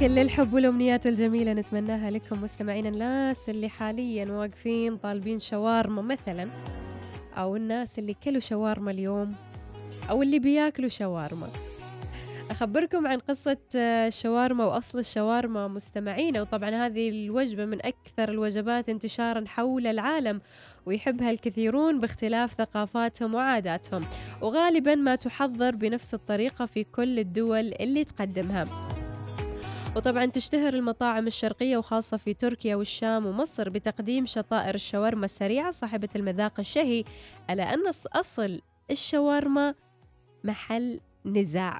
كل الحب والأمنيات الجميلة نتمناها لكم مستمعين، الناس اللي حاليا واقفين طالبين شاورما مثلا، أو الناس اللي كلوا شاورما اليوم، أو اللي بياكلوا شاورما. أخبركم عن قصة الشاورما وأصل الشاورما مستمعين. وطبعا هذه الوجبة من أكثر الوجبات انتشارا حول العالم، ويحبها الكثيرون باختلاف ثقافاتهم وعاداتهم، وغالبا ما تحضر بنفس الطريقة في كل الدول اللي تقدمها. وطبعا تشتهر المطاعم الشرقية وخاصة في تركيا والشام ومصر بتقديم شطائر الشاورما السريعة صاحبة المذاق الشهي، على أن أصل الشاورما محل نزاع.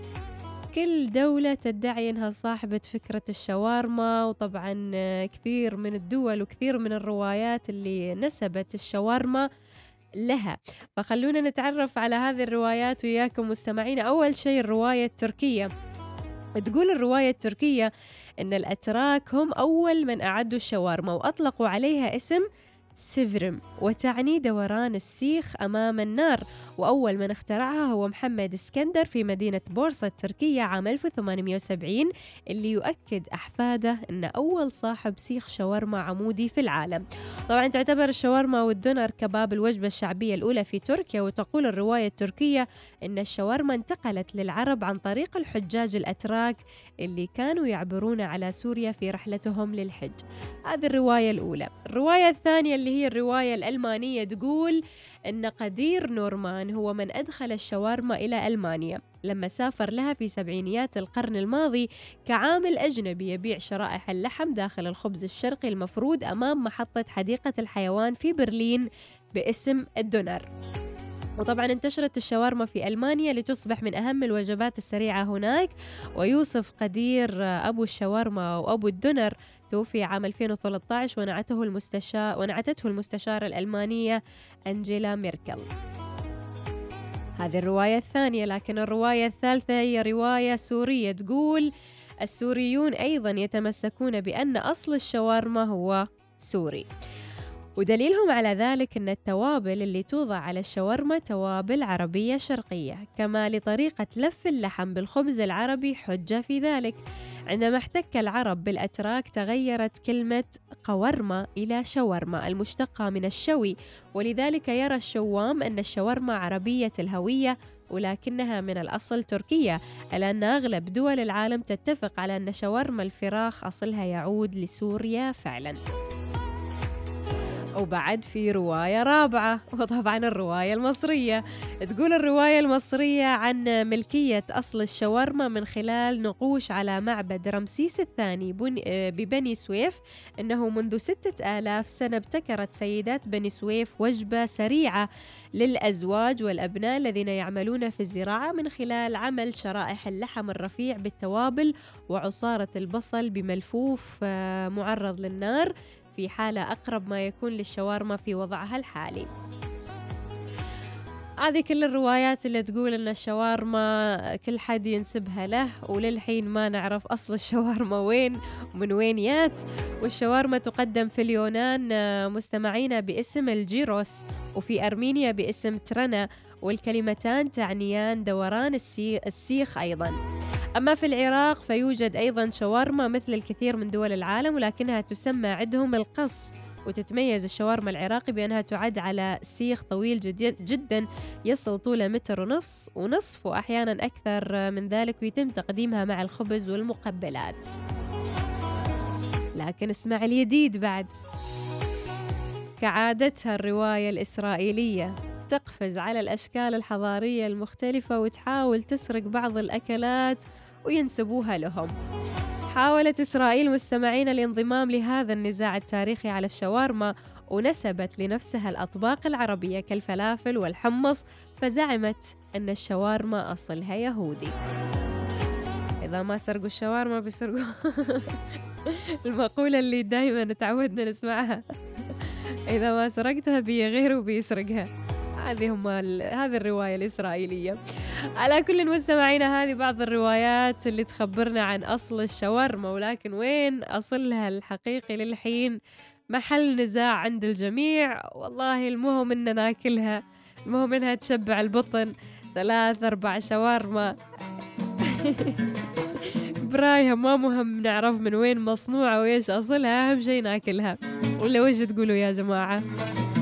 كل دولة تدعي أنها صاحبة فكرة الشاورما، وطبعا كثير من الدول وكثير من الروايات اللي نسبت الشاورما لها. فخلونا نتعرف على هذه الروايات وياكم مستمعين. أول شيء الرواية التركية. تقول الرواية التركية إن الأتراك هم أول من أعدوا الشاورما وأطلقوا عليها اسم سيفرم، وتعني دوران السيخ أمام النار. وأول من اخترعها هو محمد اسكندر في مدينة بورصة التركية عام 1870، اللي يؤكد أحفاده أن أول صاحب سيخ شاورما عمودي في العالم. طبعا تعتبر الشاورما والدونر كباب الوجبة الشعبية الأولى في تركيا. وتقول الرواية التركية أن الشاورما انتقلت للعرب عن طريق الحجاج الأتراك اللي كانوا يعبرون على سوريا في رحلتهم للحج. هذه الرواية الأولى. الرواية الثانية اللي هي الرواية الألمانية تقول أن قدير نورمان هو من أدخل الشاورما إلى ألمانيا لما سافر لها في سبعينيات القرن الماضي كعامل أجنبي يبيع شرائح اللحم داخل الخبز الشرقي المفرود أمام محطة حديقة الحيوان في برلين باسم الدونر. وطبعا انتشرت الشاورما في ألمانيا لتصبح من أهم الوجبات السريعة هناك. ويوسف قدير أبو الشاورما وأبو الدونر توفي عام 2013 ونعتته المستشارة الألمانية أنجيلا ميركل. هذه الرواية الثانية. لكن الرواية الثالثة هي رواية سورية تقول السوريون أيضا يتمسكون بأن أصل الشاورما هو سوري، ودليلهم على ذلك أن التوابل اللي توضع على الشاورما توابل عربية شرقية، كما لطريقة لف اللحم بالخبز العربي حجة في ذلك. عندما احتك العرب بالأتراك تغيرت كلمة قورمة إلى شاورما المشتقة من الشوي، ولذلك يرى الشوام أن الشاورما عربية الهوية ولكنها من الأصل تركية، على أن أغلب دول العالم تتفق على أن شاورما الفراخ أصلها يعود لسوريا فعلاً. وبعد في رواية رابعة، وطبعا الرواية المصرية. تقول الرواية المصرية عن ملكية أصل الشاورما من خلال نقوش على معبد رمسيس الثاني ببني سويف، أنه منذ 6000 سنة ابتكرت سيدات بني سويف وجبة سريعة للأزواج والأبناء الذين يعملون في الزراعة من خلال عمل شرائح اللحم الرفيع بالتوابل وعصارة البصل بملفوف معرض للنار، في حالة أقرب ما يكون للشاورما في وضعها الحالي. هذه كل الروايات اللي تقول أن الشاورما كل حد ينسبها له، وللحين ما نعرف أصل الشاورما وين ومن وين يات. والشاورما تقدم في اليونان مستمعين باسم الجيروس، وفي أرمينيا باسم ترنا، والكلمتان تعنيان دوران السيخ أيضاً. أما في العراق فيوجد أيضاً شاورما مثل الكثير من دول العالم، ولكنها تسمى عندهم القص. وتتميز الشاورما العراقي بأنها تعد على سيخ طويل جدا يصل طوله 1.5 ونصف وأحيانا أكثر من ذلك، ويتم تقديمها مع الخبز والمقبلات. لكن اسمع الجديد بعد. كعادتها الرواية الإسرائيلية تقفز على الأشكال الحضارية المختلفة وتحاول تسرق بعض الأكلات وينسبوها لهم. حاولت إسرائيل مستمعين الانضمام لهذا النزاع التاريخي على الشاورما، ونسبت لنفسها الأطباق العربية كالفلافل والحمص، فزعمت أن الشاورما أصلها يهودي. إذا ما سرقوا الشاورما بيسرقوا المقولة اللي دايما تعودنا نسمعها، إذا ما سرقتها غيره بيسرقها. هذه الرواية الإسرائيلية. على كل مستمعينا، هذه بعض الروايات اللي تخبرنا عن أصل الشاورما، ولكن وين أصلها الحقيقي للحين محل نزاع عند الجميع. والله المهم إننا ناكلها، المهم إنها تشبع البطن. 3-4 شاورما برايها ما مهم نعرف من وين مصنوعة وإيش أصلها، أهم شي ناكلها. ولا وش تقولوا يا جماعة؟